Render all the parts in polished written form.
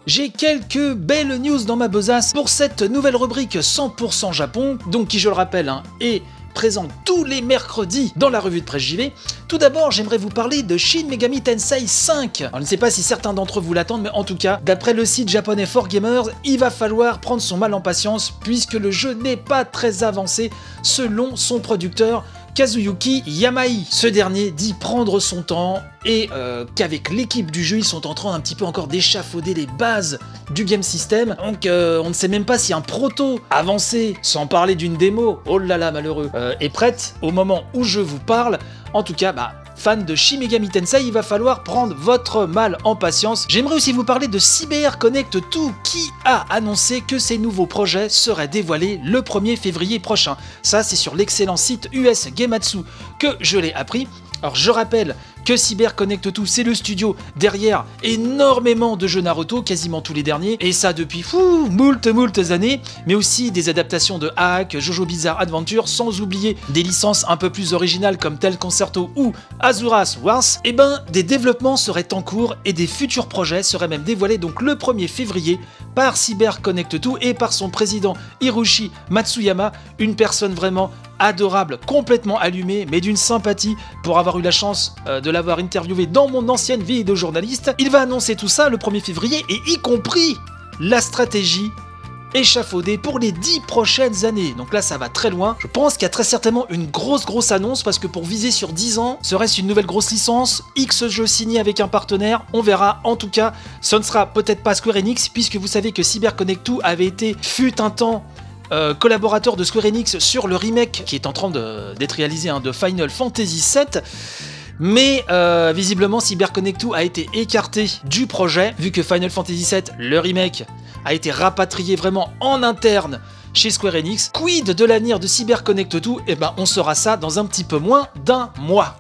J'ai quelques belles news dans ma besace pour cette nouvelle rubrique 100% Japon, donc qui je le rappelle est présent tous les mercredis dans la revue de presse JV. Tout d'abord, j'aimerais vous parler de Shin Megami Tensei 5. Alors, je ne sais pas si certains d'entre vous l'attendent, mais en tout cas, d'après le site japonais 4Gamers, il va falloir prendre son mal en patience puisque le jeu n'est pas très avancé selon son producteur Kazuyuki Yamai. Ce dernier dit prendre son temps et qu'avec l'équipe du jeu, ils sont en train un petit peu encore d'échafauder les bases du game system. Donc on ne sait même pas si un proto avancé, sans parler d'une démo, oh là là malheureux, est prête au moment où je vous parle. En tout cas, fan de Shin Megami Tensei, il va falloir prendre votre mal en patience. J'aimerais aussi vous parler de CyberConnect 2 qui a annoncé que ses nouveaux projets seraient dévoilés le 1er février prochain. Ça, c'est sur l'excellent site US Gematsu que je l'ai appris. Alors je rappelle que CyberConnect 2, c'est le studio derrière énormément de jeux Naruto, quasiment tous les derniers, et ça depuis moult années, mais aussi des adaptations de Hack, Jojo Bizarre Adventure, sans oublier des licences un peu plus originales comme Tel Concerto ou Azura's Wars. Des développements seraient en cours et des futurs projets seraient même dévoilés donc le 1er février par CyberConnect 2 et par son président Hiroshi Matsuyama, une personne vraiment adorable, complètement allumé, mais d'une sympathie pour avoir eu la chance de l'avoir interviewé dans mon ancienne vie de journaliste. Il va annoncer tout ça le 1er février et y compris la stratégie échafaudée pour les 10 prochaines années. Donc là, ça va très loin. Je pense qu'il y a très certainement une grosse annonce parce que pour viser sur 10 ans, serait-ce une nouvelle grosse licence, X jeux signés avec un partenaire, on verra. En tout cas, ce ne sera peut-être pas Square Enix puisque vous savez que CyberConnect 2 avait été, fut un temps, collaborateur de Square Enix sur le remake qui est en train d'être réalisé de Final Fantasy VII. Mais visiblement CyberConnect 2 a été écarté du projet vu que Final Fantasy VII, le remake, a été rapatrié vraiment en interne chez Square Enix. Quid de l'avenir de CyberConnect 2 ? On saura ça dans un petit peu moins d'un mois.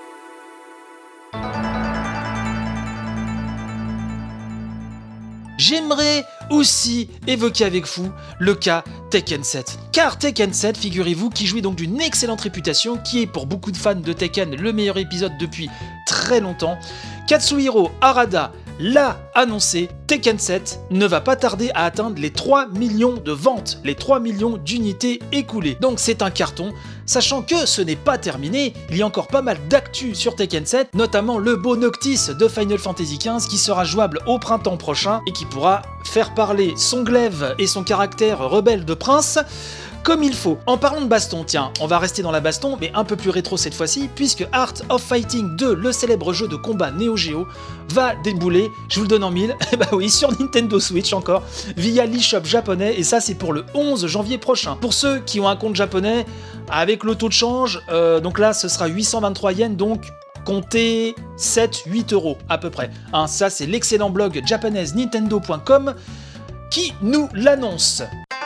J'aimerais aussi évoquer avec vous le cas Tekken 7. Car Tekken 7, figurez-vous, qui jouit donc d'une excellente réputation, qui est pour beaucoup de fans de Tekken le meilleur épisode depuis très longtemps, Katsuhiro Harada l'a annoncé, Tekken 7 ne va pas tarder à atteindre les 3 millions de ventes, les 3 millions d'unités écoulées. Donc c'est un carton, sachant que ce n'est pas terminé, il y a encore pas mal d'actu sur Tekken 7, notamment le beau Noctis de Final Fantasy XV qui sera jouable au printemps prochain et qui pourra faire parler son glaive et son caractère rebelle de prince comme il faut. En parlant de baston, tiens, on va rester dans la baston, mais un peu plus rétro cette fois-ci, puisque Art of Fighting 2, le célèbre jeu de combat Neo Geo, va débouler, je vous le donne en mille, sur Nintendo Switch encore, via l'eShop japonais, et ça c'est pour le 11 janvier prochain. Pour ceux qui ont un compte japonais, avec le taux de change, donc là ce sera 823 yens, donc comptez 7-8 euros à peu près. Ça c'est l'excellent blog japonaise-nintendo.com qui nous l'annonce.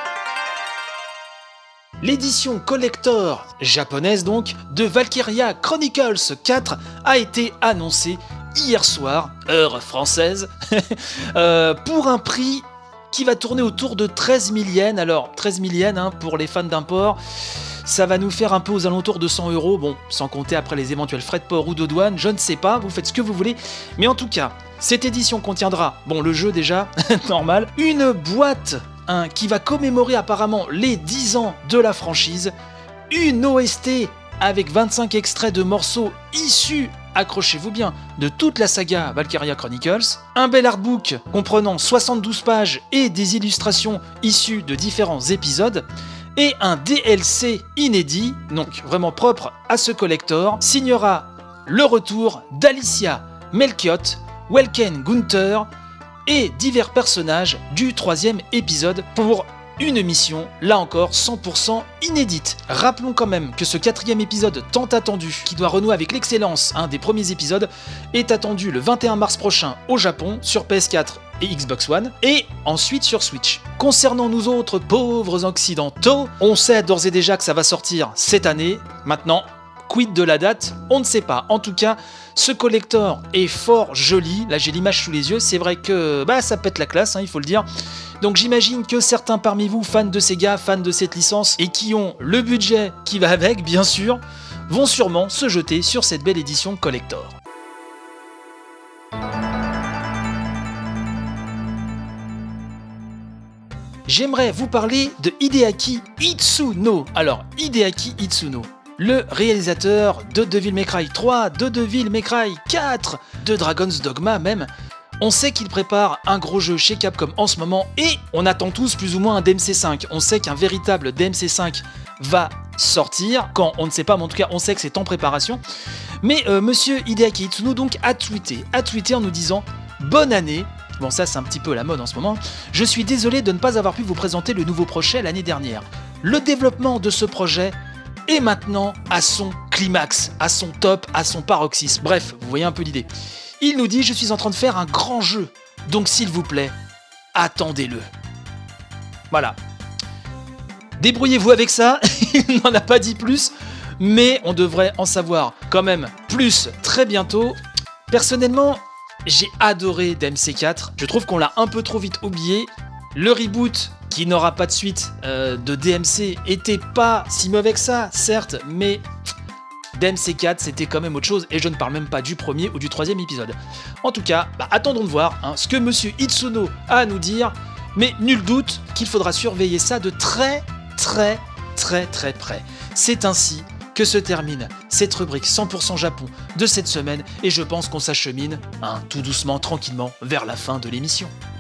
L'édition collector japonaise donc de Valkyria Chronicles 4 a été annoncée hier soir, heure française, pour un prix qui va tourner autour de 13 000 yens. Alors 13 000 yens pour les fans d'import, ça va nous faire un peu aux alentours de 100 euros, bon, sans compter après les éventuels frais de port ou de douane, je ne sais pas, vous faites ce que vous voulez, mais en tout cas, cette édition contiendra, le jeu déjà, normal, une boîte qui va commémorer apparemment les 10 ans de la franchise, une OST avec 25 extraits de morceaux issus, accrochez-vous bien, de toute la saga Valkyria Chronicles, un bel artbook comprenant 72 pages et des illustrations issues de différents épisodes, et un DLC inédit, donc vraiment propre à ce collector, signera le retour d'Alicia Melchiot, Welken Gunther, et divers personnages du 3e épisode pour une mission, là encore 100% inédite. Rappelons quand même que ce 4e épisode tant attendu, qui doit renouer avec l'excellence des premiers épisodes, est attendu le 21 mars prochain au Japon, sur PS4 et Xbox One, et ensuite sur Switch. Concernant nous autres pauvres occidentaux, on sait d'ores et déjà que ça va sortir cette année. Maintenant, quid de la date ? On ne sait pas. En tout cas, ce collector est fort joli. Là, j'ai l'image sous les yeux. C'est vrai que ça pète la classe, il faut le dire. Donc j'imagine que certains parmi vous, fans de Sega, fans de cette licence, et qui ont le budget qui va avec, bien sûr, vont sûrement se jeter sur cette belle édition collector. j'aimerais vous parler de Hideaki Itsuno. Alors, Hideaki Itsuno, le réalisateur de Devil May Cry 3, de Devil May Cry 4, de Dragon's Dogma même. On sait qu'il prépare un gros jeu chez Capcom en ce moment et on attend tous plus ou moins un DMC5. On sait qu'un véritable DMC5 va sortir, quand on ne sait pas, mais en tout cas on sait que c'est en préparation. Mais monsieur Hideaki Itsuno donc a tweeté en nous disant « Bonne année ». Bon, ça c'est un petit peu la mode en ce moment. « Je suis désolé de ne pas avoir pu vous présenter le nouveau projet l'année dernière. Le développement de ce projet est maintenant à son climax, à son top, à son paroxysme. Bref, vous voyez un peu l'idée. Il nous dit « Je suis en train de faire un grand jeu, donc s'il vous plaît, attendez-le. » Voilà. Débrouillez-vous avec ça, il n'en a pas dit plus, mais on devrait en savoir quand même plus très bientôt. Personnellement, j'ai adoré DMC4, je trouve qu'on l'a un peu trop vite oublié. Le reboot, qui n'aura pas de suite de DMC, était pas si mauvais que ça, certes, mais DMC4 c'était quand même autre chose, et je ne parle même pas du premier ou du troisième épisode. En tout cas, attendons de voir ce que monsieur Itsuno a à nous dire, mais nul doute qu'il faudra surveiller ça de très près. C'est ainsi que se termine cette rubrique 100% Japon de cette semaine, et je pense qu'on s'achemine tout doucement, tranquillement, vers la fin de l'émission.